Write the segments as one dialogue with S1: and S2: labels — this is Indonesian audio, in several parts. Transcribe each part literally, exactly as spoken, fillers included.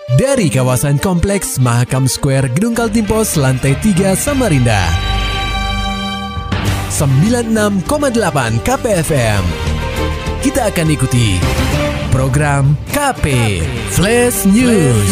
S1: Dari kawasan Kompleks Mahakam Square Gedung Kaltimpos lantai tiga Samarinda. sembilan puluh enam koma delapan K P F M. Kita akan ikuti program K P Flash News.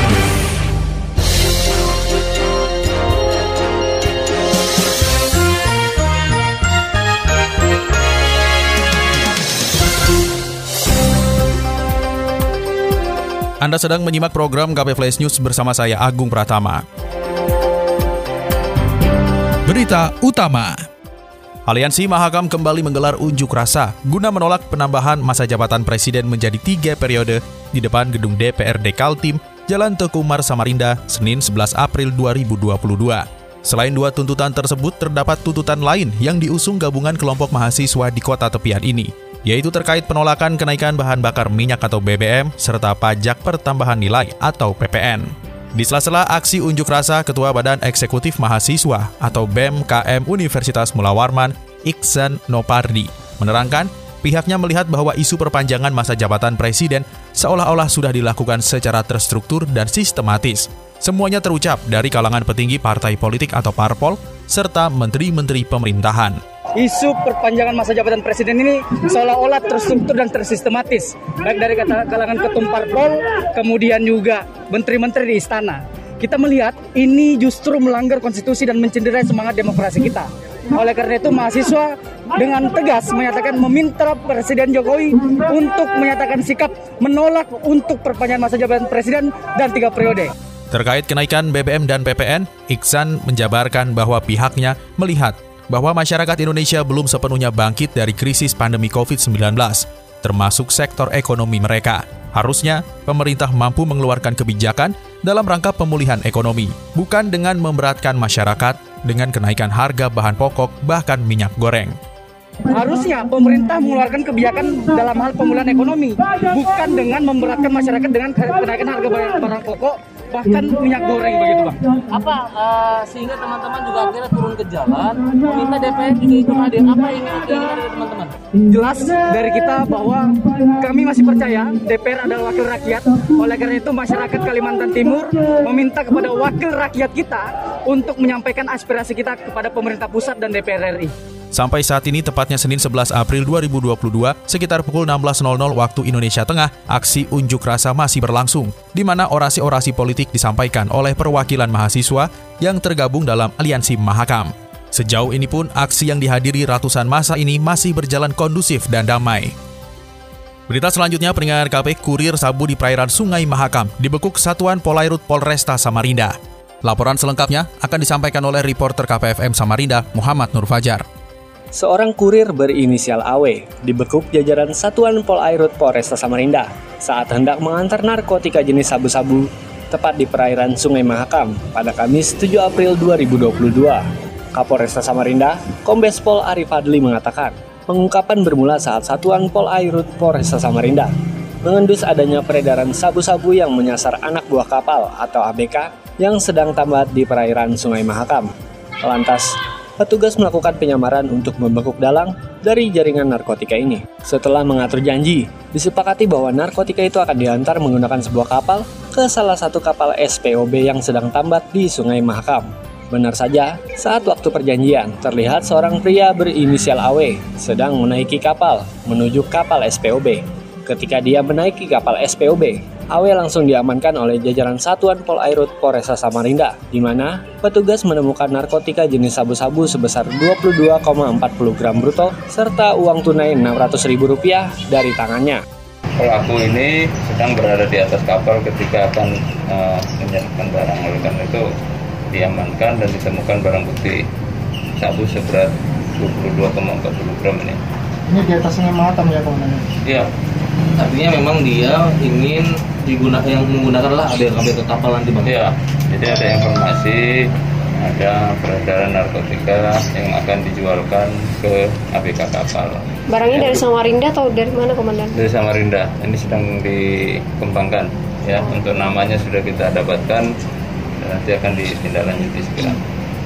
S2: Anda sedang menyimak program K P Flash News bersama saya Agung Pratama. Berita utama. Aliansi Mahakam kembali menggelar unjuk rasa guna menolak penambahan masa jabatan Presiden menjadi tiga periode di depan gedung D P R D Kaltim, Jalan Teguh Umar, Samarinda, Senin sebelas April dua ribu dua puluh dua. Selain dua tuntutan tersebut, terdapat tuntutan lain yang diusung gabungan kelompok mahasiswa di kota tepian ini, yaitu terkait penolakan kenaikan bahan bakar minyak atau B B M, serta pajak pertambahan nilai atau P P N. Di sela-sela aksi unjuk rasa, Ketua Badan Eksekutif Mahasiswa atau B E M K M Universitas Mula Warman, Iksan Nopardi, menerangkan pihaknya melihat bahwa isu perpanjangan masa jabatan Presiden seolah-olah sudah dilakukan secara terstruktur dan sistematis. Semuanya terucap dari kalangan petinggi partai politik atau parpol, serta menteri-menteri pemerintahan.
S3: Isu perpanjangan masa jabatan Presiden ini seolah-olah terstruktur dan tersistematis, baik dari kalangan ketum parpol, kemudian juga menteri-menteri di istana. Kita melihat ini justru melanggar konstitusi dan mencederai semangat demokrasi kita. Oleh karena itu, mahasiswa dengan tegas menyatakan meminta Presiden Jokowi untuk menyatakan sikap menolak untuk perpanjangan masa jabatan Presiden dan tiga periode.
S2: Terkait kenaikan B B M dan P P N, Iksan menjabarkan bahwa pihaknya melihat bahwa masyarakat Indonesia belum sepenuhnya bangkit dari krisis pandemi covid sembilan belas, termasuk sektor ekonomi mereka. Harusnya, pemerintah mampu mengeluarkan kebijakan dalam rangka pemulihan ekonomi, bukan dengan memberatkan masyarakat dengan kenaikan harga bahan pokok, bahkan minyak goreng.
S3: Harusnya pemerintah mengeluarkan kebijakan dalam hal pemulihan ekonomi, bukan dengan memberatkan masyarakat dengan kenaikan harga barang pokok, bahkan minyak goreng, begitu Bang.
S4: Apa uh, sehingga teman-teman juga akhirnya turun ke jalan meminta D P R juga ikut hadir. Apa ini keinginan dari teman-teman?
S3: Jelas dari kita bahwa kami masih percaya D P R adalah wakil rakyat. Oleh karena itu, masyarakat Kalimantan Timur meminta kepada wakil rakyat kita untuk menyampaikan aspirasi kita kepada pemerintah pusat dan D P R R I.
S2: Sampai saat ini, tepatnya Senin sebelas April dua ribu dua puluh dua, sekitar pukul enam belas waktu Indonesia Tengah, aksi unjuk rasa masih berlangsung, di mana orasi-orasi politik disampaikan oleh perwakilan mahasiswa yang tergabung dalam Aliansi Mahakam. Sejauh ini pun, aksi yang dihadiri ratusan massa ini masih berjalan kondusif dan damai. Berita selanjutnya, pendengar K P, kurir sabu di perairan Sungai Mahakam dibekuk Satuan Polairut Polresta Samarinda. Laporan selengkapnya akan disampaikan oleh reporter K P F M Samarinda, Muhammad Nur Fajar.
S5: Seorang kurir berinisial A W dibekuk jajaran Satuan Polairut Polresta Samarinda saat hendak mengantar narkotika jenis sabu-sabu tepat di perairan Sungai Mahakam pada Kamis tujuh April dua ribu dua puluh dua. Kapolresta Samarinda, Kombes Pol Arif Adli mengatakan, pengungkapan bermula saat Satuan Polairut Polresta Samarinda mengendus adanya peredaran sabu-sabu yang menyasar anak buah kapal atau A B K yang sedang tambat di perairan Sungai Mahakam. Lantas, petugas melakukan penyamaran untuk membekuk dalang dari jaringan narkotika ini. Setelah mengatur janji, disepakati bahwa narkotika itu akan diantar menggunakan sebuah kapal ke salah satu kapal S P O B yang sedang tambat di Sungai Mahakam. Benar saja, saat waktu perjanjian, terlihat seorang pria berinisial A W sedang menaiki kapal menuju kapal S P O B. Ketika dia menaiki kapal S P O B, A W langsung diamankan oleh jajaran Satuan Polairut Polresta Samarinda, di mana petugas menemukan narkotika jenis sabu-sabu sebesar dua puluh dua koma empat puluh gram bruto serta uang tunai enam ratus ribu rupiah dari tangannya.
S6: Pelaku ini sedang berada di atas kapal ketika akan uh, menyerahkan barang. Oleh karena itu diamankan dan ditemukan barang bukti sabu seberat dua puluh dua koma empat puluh gram ini.
S7: Ini di atas Sungai Mahakam ya Komandan?
S6: Iya.
S4: Artinya memang dia ingin digunakan yang menggunakanlah A B K kapal nanti Bang.
S6: Iya. Jadi ada informasi ada peredaran narkotika yang akan dijualkan ke A B K kapal.
S8: Barangnya dari Samarinda atau dari mana Komandan?
S6: Dari Samarinda. Ini sedang dikembangkan ya. Untuk namanya sudah kita dapatkan dan nanti akan ditindaklanjuti segera.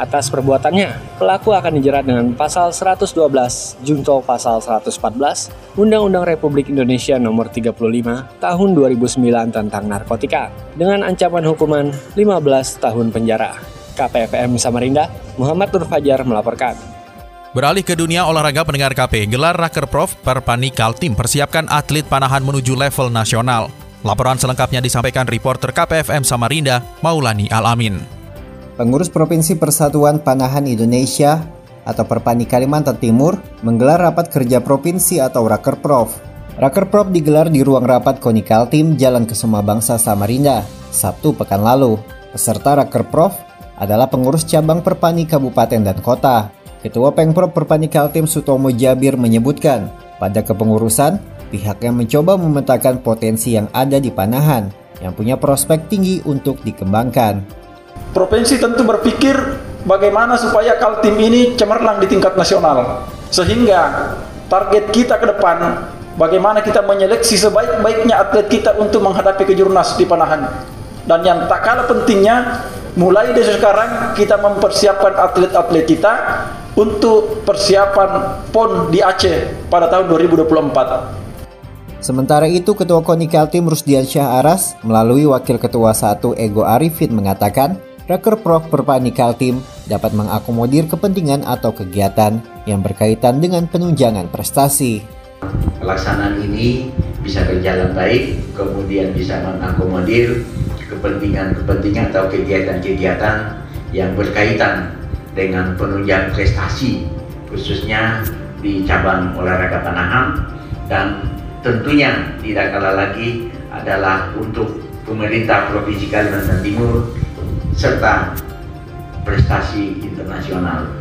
S5: Atas perbuatannya, pelaku akan dijerat dengan pasal seratus dua belas junto pasal seratus empat belas Undang-Undang Republik Indonesia Nomor tiga puluh lima Tahun dua ribu sembilan tentang narkotika dengan ancaman hukuman lima belas tahun penjara. K P F M Samarinda, Muhammad Nur Fajar melaporkan.
S2: Beralih ke dunia olahraga pendengar K P, gelar Rakerprof Perpani Kaltim persiapkan atlet panahan menuju level nasional. Laporan selengkapnya disampaikan reporter K P F M Samarinda, Maulani Al-Amin.
S9: Pengurus Provinsi Persatuan Panahan Indonesia atau Perpani Kalimantan Timur menggelar rapat kerja provinsi atau Rakerprof. Rakerprof digelar di ruang rapat KONI Kaltim, Jalan Kesuma Bangsa Samarinda, Sabtu pekan lalu. Peserta Rakerprof adalah pengurus cabang Perpani Kabupaten dan Kota. Ketua Pengprov Perpani Kaltim Sutomo Jabir menyebutkan, pada kepengurusan, pihaknya mencoba memetakan potensi yang ada di panahan, yang punya prospek tinggi untuk dikembangkan.
S10: Provinsi tentu berpikir bagaimana supaya Kaltim ini cemerlang di tingkat nasional. Sehingga target kita ke depan, bagaimana kita menyeleksi sebaik-baiknya atlet kita untuk menghadapi kejurnas di panahan. Dan yang tak kalah pentingnya, mulai dari sekarang kita mempersiapkan atlet-atlet kita untuk persiapan P O N di Aceh pada tahun dua ribu dua puluh empat.
S9: Sementara itu, Ketua KONI Kaltim Rusdiansyah Aras melalui Wakil Ketua satu Ego Arifin mengatakan, Rakerprof Perpani Kaltim dapat mengakomodir kepentingan atau kegiatan yang berkaitan dengan penunjangan prestasi.
S11: Pelaksanaan ini bisa berjalan baik, kemudian bisa mengakomodir kepentingan-kepentingan atau kegiatan-kegiatan yang berkaitan dengan penunjang prestasi, khususnya di cabang olahraga panahan, dan tentunya tidak kalah lagi adalah untuk pemerintah Provinsi Kalimantan Timur serta prestasi internasional.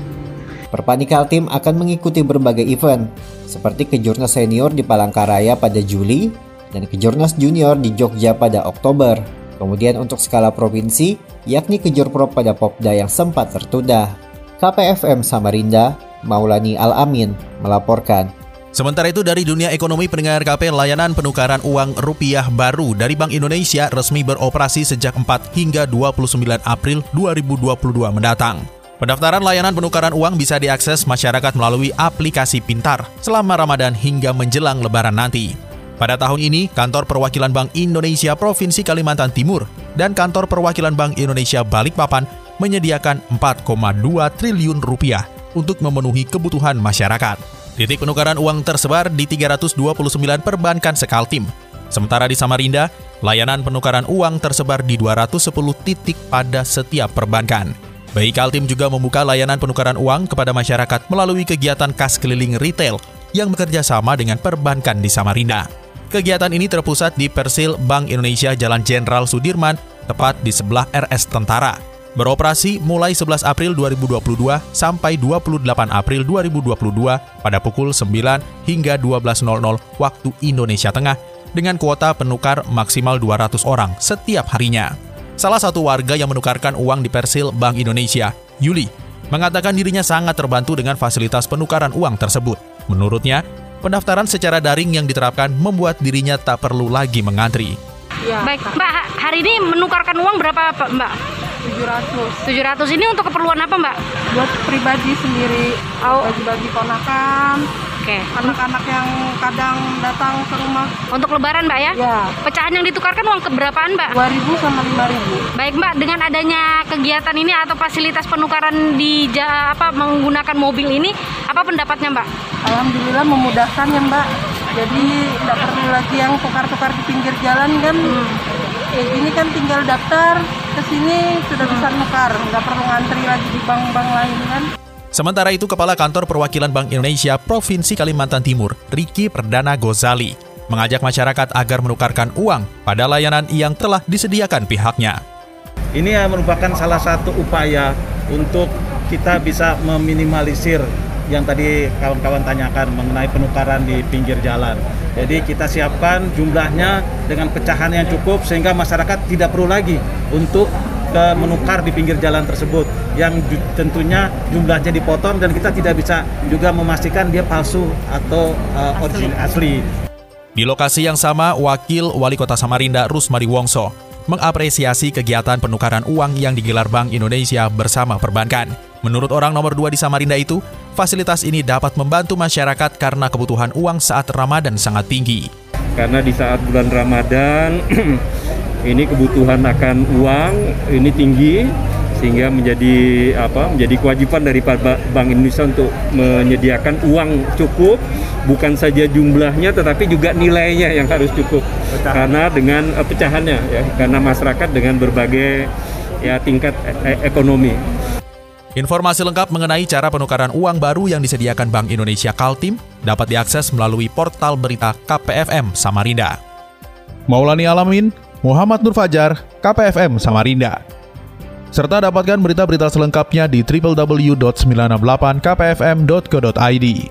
S9: Perpani Kaltim akan mengikuti berbagai event, seperti Kejurnas Senior di Palangkaraya pada Juli dan Kejurnas Junior di Jogja pada Oktober. Kemudian untuk skala provinsi, yakni Kejurprov pada Popda yang sempat tertunda. K P F M Samarinda, Maulani Al-Amin melaporkan.
S2: Sementara itu dari dunia ekonomi pendengar K P, layanan penukaran uang rupiah baru dari Bank Indonesia resmi beroperasi sejak empat hingga dua puluh sembilan April dua ribu dua puluh dua mendatang. Pendaftaran layanan penukaran uang bisa diakses masyarakat melalui aplikasi pintar selama Ramadan hingga menjelang Lebaran nanti. Pada tahun ini, Kantor Perwakilan Bank Indonesia Provinsi Kalimantan Timur dan Kantor Perwakilan Bank Indonesia Balikpapan menyediakan empat koma dua triliun rupiah untuk memenuhi kebutuhan masyarakat. Titik penukaran uang tersebar di tiga ratus dua puluh sembilan perbankan sekaltim. Sementara di Samarinda, layanan penukaran uang tersebar di dua ratus sepuluh titik pada setiap perbankan. B I Kaltim juga membuka layanan penukaran uang kepada masyarakat melalui kegiatan kas keliling retail yang bekerja sama dengan perbankan di Samarinda. Kegiatan ini terpusat di Persil Bank Indonesia Jalan Jenderal Sudirman, tepat di sebelah R S Tentara. Beroperasi mulai sebelas April dua ribu dua puluh dua sampai dua puluh delapan April dua ribu dua puluh dua pada pukul sembilan hingga dua belas nol nol waktu Indonesia Tengah dengan kuota penukar maksimal dua ratus orang setiap harinya. Salah satu warga yang menukarkan uang di Persil Bank Indonesia, Yuli, mengatakan dirinya sangat terbantu dengan fasilitas penukaran uang tersebut. Menurutnya, pendaftaran secara daring yang diterapkan membuat dirinya tak perlu lagi mengantri.
S12: Ya. Baik, Mbak, hari ini menukarkan uang berapa, Mbak?
S13: tujuh ratus.
S12: tujuh ratus ini untuk keperluan apa, Mbak?
S13: Buat pribadi sendiri, oh. bagi-bagi ponakan,
S12: okay.
S13: anak-anak yang kadang datang ke rumah.
S12: Untuk lebaran, Mbak, ya?
S13: Ya.
S12: Pecahan yang ditukarkan uang keberapaan, Mbak?
S13: dua ribu sama lima ribu.
S12: Baik, Mbak, dengan adanya kegiatan ini atau fasilitas penukaran di apa menggunakan mobil ini, apa pendapatnya, Mbak?
S13: Alhamdulillah memudahkan ya, Mbak. Jadi tidak perlu lagi yang tukar-tukar di pinggir jalan kan. Hmm. Kayak gini kan tinggal daftar ke sini sudah bisa nukar, nggak perlu ngantri lagi di bank-bank lain kan.
S2: Sementara itu, Kepala Kantor Perwakilan Bank Indonesia Provinsi Kalimantan Timur, Riki Perdana Gozali, mengajak masyarakat agar menukarkan uang pada layanan yang telah disediakan pihaknya.
S14: Ini merupakan salah satu upaya untuk kita bisa meminimalisir yang tadi kawan-kawan tanyakan mengenai penukaran di pinggir jalan. Jadi kita siapkan jumlahnya dengan pecahan yang cukup sehingga masyarakat tidak perlu lagi untuk ke menukar di pinggir jalan tersebut yang tentunya jumlahnya dipotong dan kita tidak bisa juga memastikan dia palsu atau uh, original asli.
S2: Di lokasi yang sama, Wakil Wali Kota Samarinda Rusmadi Wongso mengapresiasi kegiatan penukaran uang yang digelar Bank Indonesia bersama perbankan. Menurut orang nomor dua di Samarinda itu, fasilitas ini dapat membantu masyarakat karena kebutuhan uang saat Ramadan sangat tinggi.
S15: Karena di saat bulan Ramadan, ini kebutuhan akan uang ini tinggi, sehingga menjadi apa? Menjadi kewajiban dari Bank Indonesia untuk menyediakan uang cukup, bukan saja jumlahnya, tetapi juga nilainya yang harus cukup. Betul. Karena dengan uh, pecahannya, ya, karena masyarakat dengan berbagai ya tingkat e- ekonomi.
S2: Informasi lengkap mengenai cara penukaran uang baru yang disediakan Bank Indonesia Kaltim dapat diakses melalui portal berita K P F M Samarinda.
S16: Maulani Alamin, Muhammad Nur Fajar, K P F M Samarinda. Serta dapatkan berita-berita selengkapnya di w w w dot sembilan enam delapan k p f m dot co dot i d.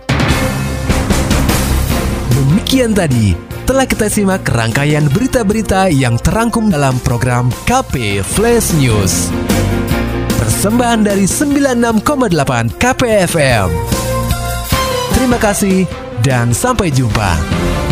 S1: Demikian tadi telah kita simak rangkaian berita-berita yang terangkum dalam program K P Flash News. Persembahan dari sembilan puluh enam koma delapan K P F M. Terima kasih dan sampai jumpa.